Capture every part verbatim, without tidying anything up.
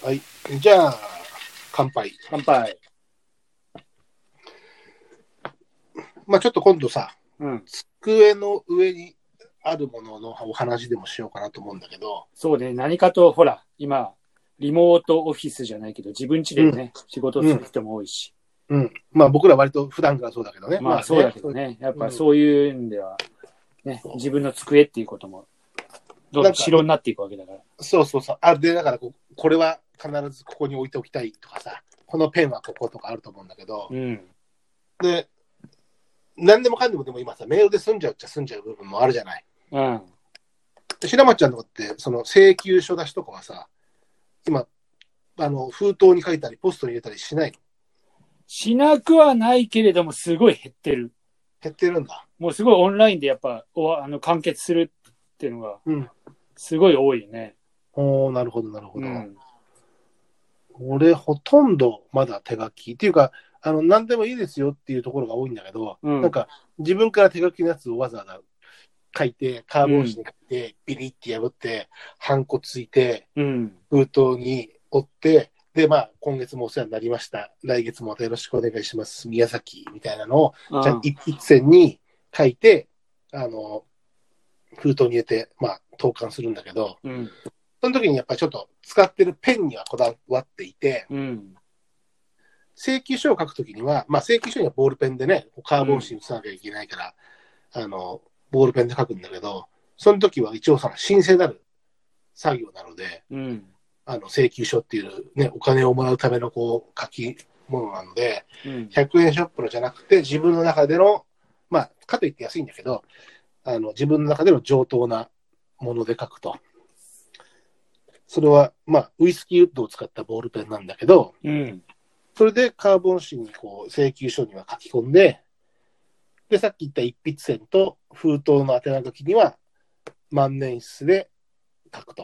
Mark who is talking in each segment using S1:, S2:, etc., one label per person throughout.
S1: はい。じゃあ、乾杯。
S2: 乾杯。
S1: まあちょっと今度さ、
S2: うん。
S1: 机の上にあるもののお話でもしようかなと思うんだけど。
S2: そうね。何かと、ほら、今、リモートオフィスじゃないけど、自分家でね、うん、仕事する人も多いし。
S1: うん。うん、まあ僕ら割と普段からそうだけどね。
S2: まあそうだけどね。やっぱそういうんでは、ね、うん、自分の机っていうことも、どんどん城になっていくわけだから。
S1: そうそうそう。あで、だからこ、これは必ずここに置いておきたいとかさ、このペンはこことかあると思うんだけど、
S2: うん、
S1: で、何でもかんでもでも今さ、メールで済んじゃうっちゃ済んじゃう部分もあるじゃない。
S2: うん。
S1: 白松ちゃんのとこって、その請求書出しとかはさ、今、あの、封筒に書いたり、ポストに入れたりしないの？
S2: しなくはないけれども、すごい減ってる。
S1: 減ってるんだ。
S2: もうすごいオンラインでやっぱ、おあの完結するっていうのが、すごい多いよね。
S1: うん、おー、なるほど、なるほど。うん、俺、ほとんどまだ手書き。っていうか、あの、何でもいいですよっていうところが多いんだけど、うん、なんか、自分から手書きのやつをわざわざ書いて、カーボン紙に書いて、ビリって破って、ハンコついて、うん、封筒に折って、で、まあ、今月もお世話になりました。来月もまたよろしくお願いします。宮崎みたいなのを、ちゃんと一筆線に書いて、あの、封筒に入れて、まあ、投函するんだけど、うん、その時にやっぱりちょっと使ってるペンにはこだわっていて、うん、請求書を書くときには、まあ、請求書にはボールペンでね、カーボン紙に打たなきゃいけないから、うん、あの、ボールペンで書くんだけど、その時は一応さ、神聖なる作業なので、うん、あの請求書っていうね、お金をもらうためのこう書き物なので、うん、ひゃくえんショップのじゃなくて、自分の中での、まあ、かといって安いんだけど、あの自分の中での上等なもので書くと。それは、まあ、ウイスキーウッドを使ったボールペンなんだけど、うん、それでカーボン紙にこう請求書には書き込んで、で、さっき言った一筆線と封筒の宛名書きには万年筆で書くと。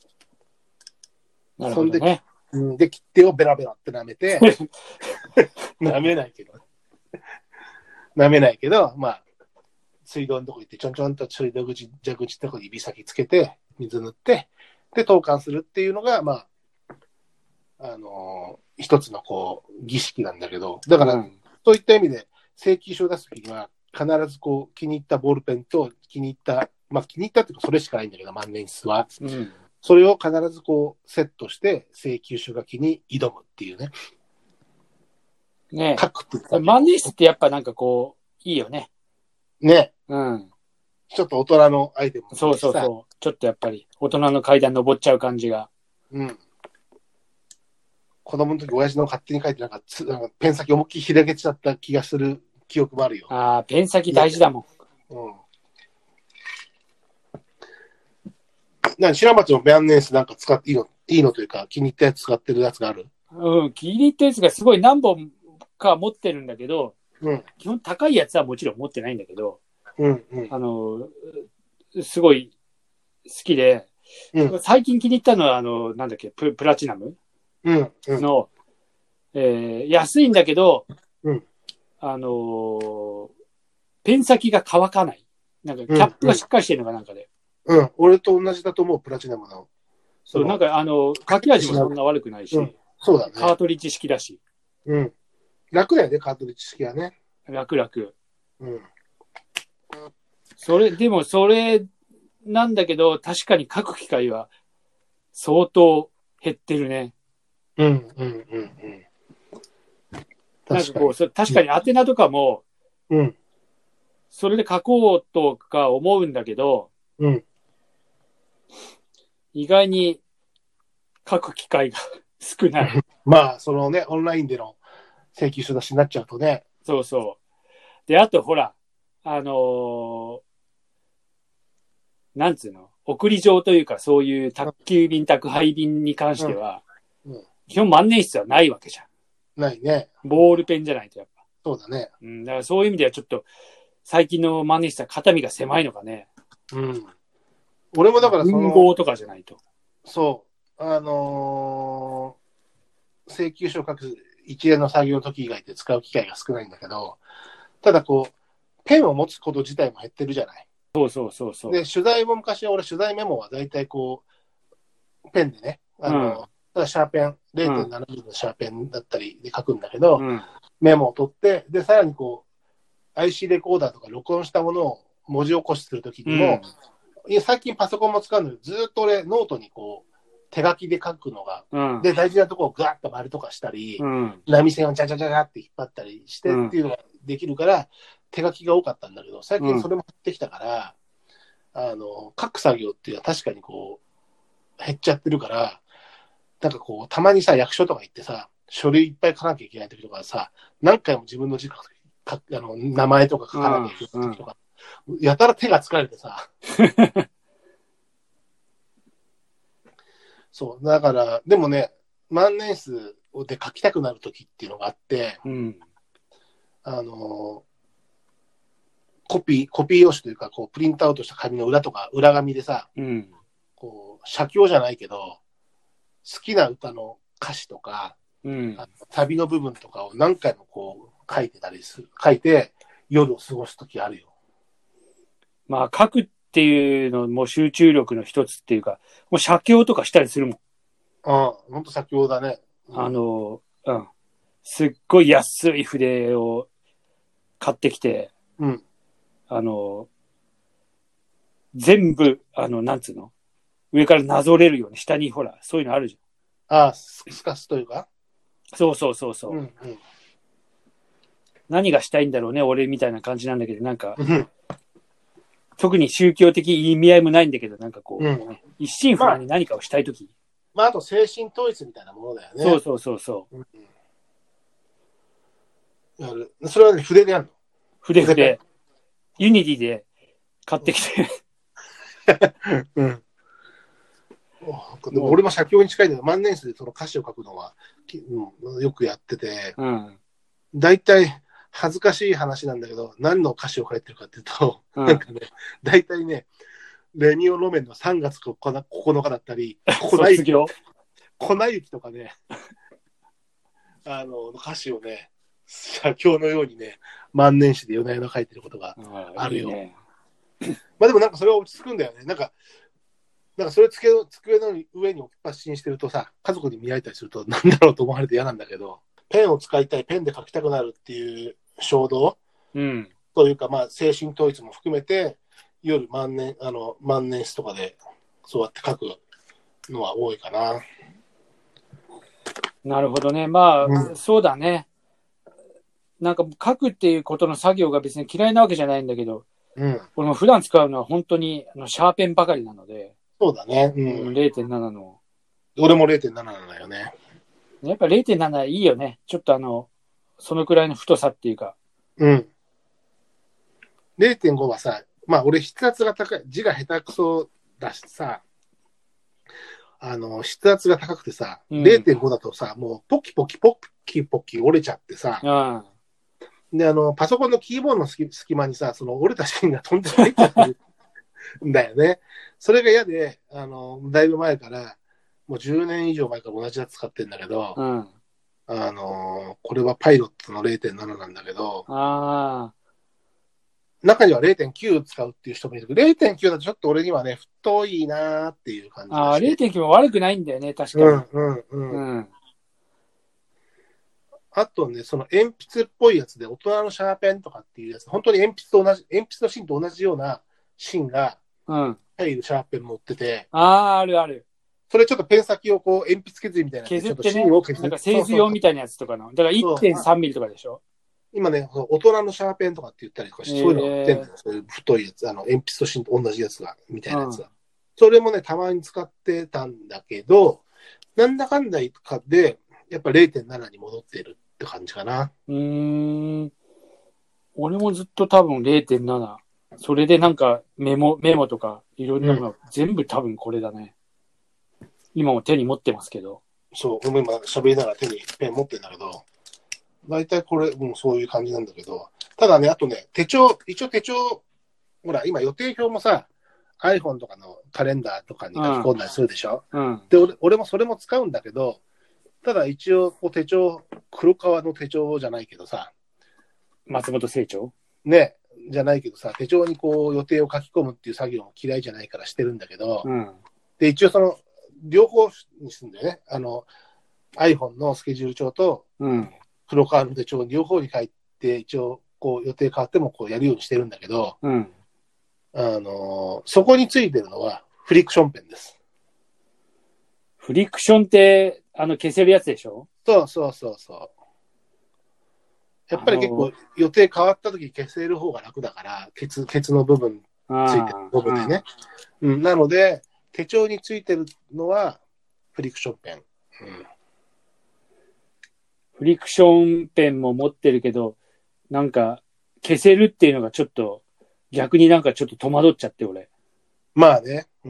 S2: なるほどね。
S1: そんで、で、切手をベラベラって舐めて、舐めないけど、舐めないけど、まあ、水道のとこ行ってちょんちょんと水道口、蛇口のとこに指先つけて、水塗って、で、投函するっていうのが、まあ、あのー、一つのこう、儀式なんだけど、だから、うん、そういった意味で、請求書を出すときには、必ずこう、気に入ったボールペンと気に入った、まあ気に入ったっていうか、それしかないんだけど、万年筆は。うん、それを必ずこう、セットして、請求書書きに挑むっていうね。
S2: ねえ。書くって万年筆ってやっぱなんかこう、いいよね。
S1: ね。
S2: うん。
S1: ちょっと大人のアイテム。
S2: そうそうそう。ちょっとやっぱり、大人の階段登っちゃう感じが。うん。
S1: 子供の時、親父の勝手に書いてなんかつ、なんかペン先思いっきり開けちゃった気がする記憶もあるよ。
S2: ああ、ペン先大事だもん。うん。
S1: な白松の万年筆なんか使っていいの、いいのというか、気に入ったやつ使ってるやつがある？
S2: うん、気に入ったやつがすごい何本か持ってるんだけど、うん、基本高いやつはもちろん持ってないんだけど、うんうん、あの、すごい好きで、うん、最近気に入ったのは、あの、なんだっけ、プ, プラチナムの、うんえー、安いんだけど、うん、あのー、ペン先が乾かない。なんかキャップがしっかりしてるのかなんかで。
S1: うん、うん、俺と同じだと思う、プラチナムの。
S2: そう、なんかあの、書き味もそんな悪くないし、うん、
S1: そうだね。
S2: カートリッジ式だし。
S1: うん。楽だよね、カートリッジ式はね。
S2: 楽々。うん。それ、でもそれなんだけど、確かに書く機会は相当減ってるね。
S1: うん、うん、うん、うん。
S2: なんかこう、確かに宛名とかも、うん。それで書こうとか思うんだけど、うん。意外に書く機会が少ない。
S1: まあ、そのね、オンラインでの請求書出しになっちゃうとね。
S2: そうそう。で、あとほら、あのー、なんつうの、送り状というか、そういう宅急便、宅配便に関しては、うんうん、基本万年筆はないわけじゃん。
S1: ないね。
S2: ボールペンじゃないとやっぱ。
S1: そうだね。
S2: うん、だからそういう意味ではちょっと、最近の万年筆は肩身が狭いのかね。うん。
S1: 俺もだからその、
S2: 文豪とかじゃないと。
S1: そう。あのー、請求書を書く一連の作業の時以外で使う機会が少ないんだけど、ただこう、ペンを持つこと自体も減ってるじゃない。
S2: そうそうそうそう。
S1: で、取材も昔は俺取材メモは大体こう、ペンでね、あの、 ただシャーペン、れいてんななミリのシャーペンだったりで書くんだけど、うん、メモを取って、で、さらにこう、アイシー レコーダーとか録音したものを文字起こしするときにも、うん、最近パソコンも使うので、ずっと俺、ノートにこう、手書きで書くのが、うん、で、大事なところをガーッと丸とかしたり、うん、波線をチャチャチャチャって引っ張ったりしてっていうのができるから、うん、手書きが多かったんだけど、最近それも減ってきたから、うん、あの、書く作業っていうのは確かにこう、減っちゃってるから、なんかこう、たまにさ、役所とか行ってさ、書類いっぱい書かなきゃいけない時とかさ、何回も自分の字書くあの名前とか書かなきゃいけない時とか、うんうん、やたら手が疲れてさ、そう、だから、でもね、万年筆で書きたくなるときっていうのがあって、うん、あの、コピー、コピー用紙というか、こう、プリントアウトした紙の裏とか、裏紙でさ、うん、こう、写経じゃないけど、好きな歌の歌詞とか、うん、旅の部分とかを何回もこう、書いてたりする、書いて、夜を過ごすときあるよ。
S2: まあ、書くっていうのも集中力の一つっていうか、もう写経とかしたりするもん。
S1: ああ、ほんと写経だね。
S2: うん、あの、うん。すっごい安い筆を買ってきて、うん。あの、全部、あの、なんつうの上からなぞれるように、下にほら、そういうのあるじ
S1: ゃん。ああ、スカスというか
S2: そうそうそうそう。うんうん、何がしたいんだろうね、俺みたいな感じなんだけど、なんか、うん特に宗教的意味合いもないんだけど、なんかこう、うん、一心不乱に何かをしたいとき、
S1: まあ、まあ、あと精神統一みたいなものだよね。
S2: そうそうそうそう。うん、
S1: やる。それはね、筆でやるの
S2: 筆筆。ユニティで買ってきて。
S1: うん。でも俺も写経に近いんだけど、万年筆でその歌詞を書くのは、うん、よくやってて、うん、大体、恥ずかしい話なんだけど、何の歌詞を書いてるかっていうと、うん、なんかね、大体ね、レミオロメンのさんがつここのかだったり、粉雪粉雪とかね、あの、歌詞をね、写経のようにね、万年筆で夜な夜な書いてることがあるよ。いいね、まあでもなんかそれは落ち着くんだよね。なんか、なんかそれ机の机の上に置きっぱしにしてるとさ、家族に見られたりするとなんだろうと思われて嫌なんだけど、ペンを使いたい、ペンで書きたくなるっていう衝動、うん、というか、まあ、精神統一も含めて、夜万年、あの、万年筆とかで、そうやって書くのは多いかな。
S2: なるほどね。まあ、うん、そうだね。なんか書くっていうことの作業が別に嫌いなわけじゃないんだけど、うん、俺も普段使うのは本当にあのシャーペンばかりなので。
S1: そうだね。
S2: うん、れいてんなな の。
S1: 俺も れいてんなな なんだよね。
S2: やっぱ れいてんなな いいよね。ちょっとあの、そのくらいの太さっていうか。
S1: うん。れいてんご はさ、まあ俺筆圧が高い、字が下手くそだしさ、あの、筆圧が高くてさ、うん、れいてんご だとさ、もうポキポキポキポキ折れちゃってさ、うん、で、あの、パソコンのキーボードの隙間にさ、その折れた芯が飛んで入っちゃってるんだよね。それが嫌で、あの、だいぶ前から、もうじゅうねん以上前から同じやつ使ってんだけど、うん、あの、これはパイロットの れいてんなな なんだけど、あ中には れいてんきゅう 使うっていう人もいるけど、れいてんきゅう だとちょっと俺にはね、太いなーっていう感じがして。
S2: ああ、れいてんきゅう も悪くないんだよね、確かに。うんうんうん。うん、
S1: あとね、その鉛筆っぽいやつで、大人のシャーペンとかっていうやつ、本当に鉛筆と同じ、鉛筆の芯と同じような芯が入るシャーペンも売ってて。
S2: うん、ああ、あるある。
S1: それちょっとペン先をこう鉛筆削りみたいな。
S2: 削ってね、なんか製図用みたいなやつとかの。だから いってんさんミリとかでしょ。
S1: 今ね、大人のシャーペンとかって言ったりとかして、そういうの売ってんのよ。そういう太いやつ、あの、鉛筆と芯と同じやつが、みたいなやつが。うん、それもね、たまに使ってたんだけど、なんだかんだかで、やっぱ れいてんなな に戻ってるって感じかな。
S2: うーん。俺もずっと多分 れいてんなな。それでなんかメモ、メモとかいろんなの、うん、全部多分これだね。今も手に持ってますけど。
S1: そう、俺も今喋りながら手にペン持ってるんだけど、大体これ、もうそういう感じなんだけど、ただね、あとね、手帳、一応手帳、ほら、今予定表もさ、iPhone とかのカレンダーとかに書き込んだりするでしょ、うんうん、で俺、俺もそれも使うんだけど、ただ一応こう手帳、黒革の手帳じゃないけどさ、
S2: 松本清張
S1: ね、じゃないけどさ、手帳にこう予定を書き込むっていう作業も嫌いじゃないからしてるんだけど、うん、で、一応その両方にするんだよね。あの、iPhone のスケジュール帳と、黒川の手帳両方に書いて、一応、こう予定変わってもこうやるようにしてるんだけど、うん、あの、そこについてるのはフリクションペンです。
S2: フリクションって、あの、消せるやつでしょ？
S1: そうそうそうそう。やっぱり結構予定変わった時消せる方が楽だから、ケツ、ケツの部分ついてる部分でね。うん、なので、手帳についてるのはフリクションペン。うん、
S2: フリクションペンも持ってるけど、なんか消せるっていうのがちょっと逆になんかちょっと戸惑っちゃって俺。
S1: まあね。うん。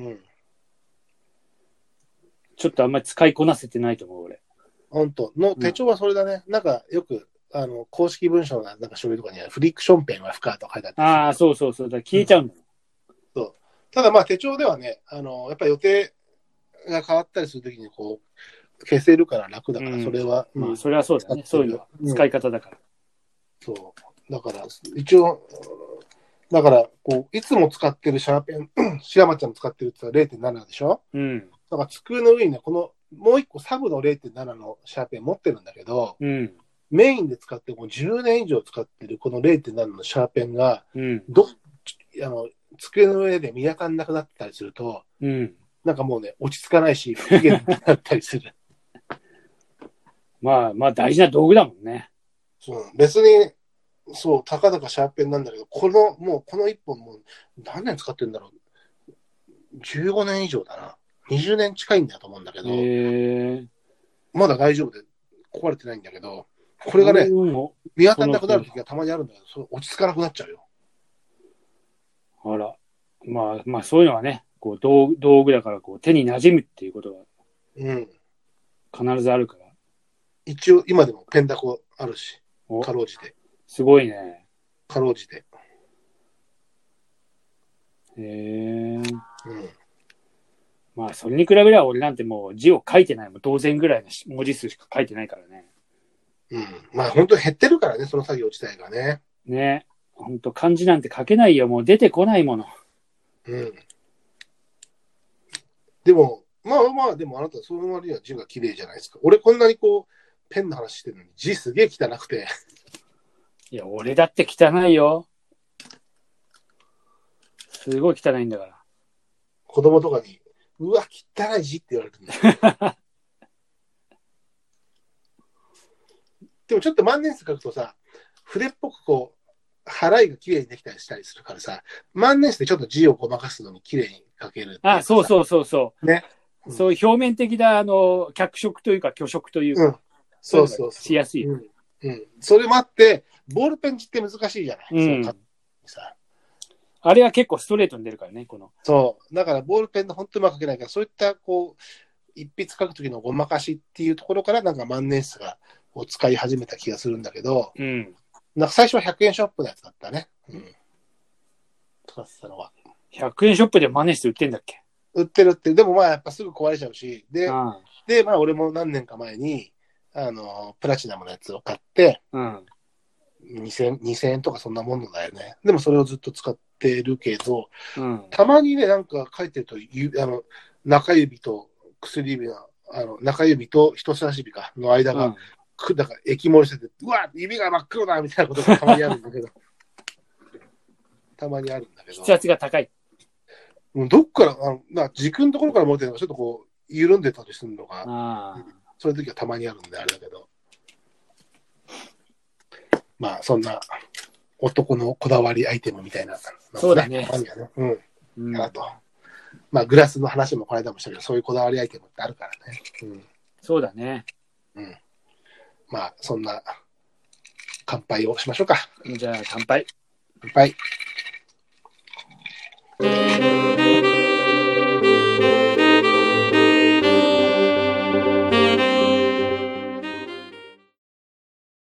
S2: ちょっとあんまり使いこなせてないと思う俺。
S1: 本当の手帳はそれだね。うん、なんかよくあの公式文書のなんか書類とかにはフリクションペンは不可と書いてあった。
S2: ああ、そうそうそう。だ消えちゃうんだ、うん。
S1: そう。ただまあ手帳ではね、あのやっぱり予定が変わったりするときにこう消せるから楽だから、それは、
S2: うん、まあそれはそうだね。そういう使い方だから。
S1: そう。だから、一応、だから、こう、いつも使ってるシャーペン、白ちゃん使ってるって言ったら ゼロてんなな でしょ？うん。だから机の上にね、この、もう一個サブの ゼロてんなな のシャーペン持ってるんだけど、うん、メインで使ってもうじゅうねん以上使ってるこの ゼロてんなな のシャーペンが、うん、どあの机の上で見当たらなくなってたりすると、うん、なんかもうね、落ち着かないし、不機嫌になったりする。
S2: まあ、まあ大事な道具だもんね。
S1: そう、別に、そう、たかだかシャーペンなんだけど、この、もうこの一本もう何年使ってるんだろう。じゅうごねん以上だな。にじゅうねん近いんだと思うんだけど、まだ大丈夫で壊れてないんだけど、これがね、見当たらなくなる時がたまにあるんだけど、それ落ち着かなくなっちゃうよ。
S2: あら。まあ、まあそういうのはね、こう道具、道具だからこう手に馴染むっていうことが、うん。必ずあるから。
S1: 一応今でもペンダコあるし、かろうじて。
S2: すごいね。
S1: かろうじて。
S2: へえ。うん。まあ、それに比べれば俺なんてもう字を書いてないもん同然ぐらいの文字数しか書いてないからね。
S1: うん。まあ本当減ってるからね、その作業自体がね。
S2: ね。本当漢字なんて書けないよ。もう出てこないもの。うん。
S1: でも、まあまあ、でもあなたその割には字が綺麗じゃないですか。俺こんなにこう、ペンの話してるのに字すげえ汚くて。
S2: いや、俺だって汚いよ。すごい汚いんだから。
S1: 子供とかに、うわ、汚い字って言われてるんだよ。でもちょっと万年筆書くとさ、筆っぽくこう、払いが綺麗にできたりしたりするからさ、万年筆でちょっと字をごまかすのに綺麗に書ける。
S2: あ、そうそうそうそう。ね。うん、そういう表面的な、あの、脚色というか、虚色というか、うん、
S1: そうそうそう。
S2: しやすい、
S1: うん。うん。それもあって、ボールペン字って難しいじゃない、うん、そう
S2: さあれは結構ストレートに出るからね、この。
S1: そう。だからボールペンで本当にうまく書けないから、そういった、こう、一筆書くときのごまかしっていうところから、なんか万年筆がを使い始めた気がするんだけど、うん。なんか最初はひゃくえんショップのやつだったね。うん。使ってたのは。
S2: ひゃくえんショップで万年筆売ってんだっけ？
S1: 売ってるって。でもまあやっぱすぐ壊れちゃうし、で、ああで、まあ俺も何年か前に、あの、プラチナムのやつを買って、うん。にせん、にせんえんとかそんなものだよね。でもそれをずっと使ってるけど、うん、たまにね、なんか書いてると、あの、中指と薬指の、あの、中指と人差し指かの間が、うん、だから液漏れしてて、うわ指が真っ黒だみたいなことがたまにあるんだけど。たまにあるんだけど。
S2: 筆圧が高い。
S1: もうどっから、あのな軸のところから持ってるのがちょっとこう、緩んでたりするのが、あそういう時はたまにあるんであれだけど。まあ、そんな男のこだわりアイテムみたいな、ね。
S2: そうだね。
S1: うん。うん、あと。まあ、グラスの話もこの間もしたけど、そういうこだわりアイテムってあるからね。うん、
S2: そうだね。
S1: うん。まあ、そんな、乾杯をしましょうか。
S2: じゃあ、乾杯。
S1: 乾杯。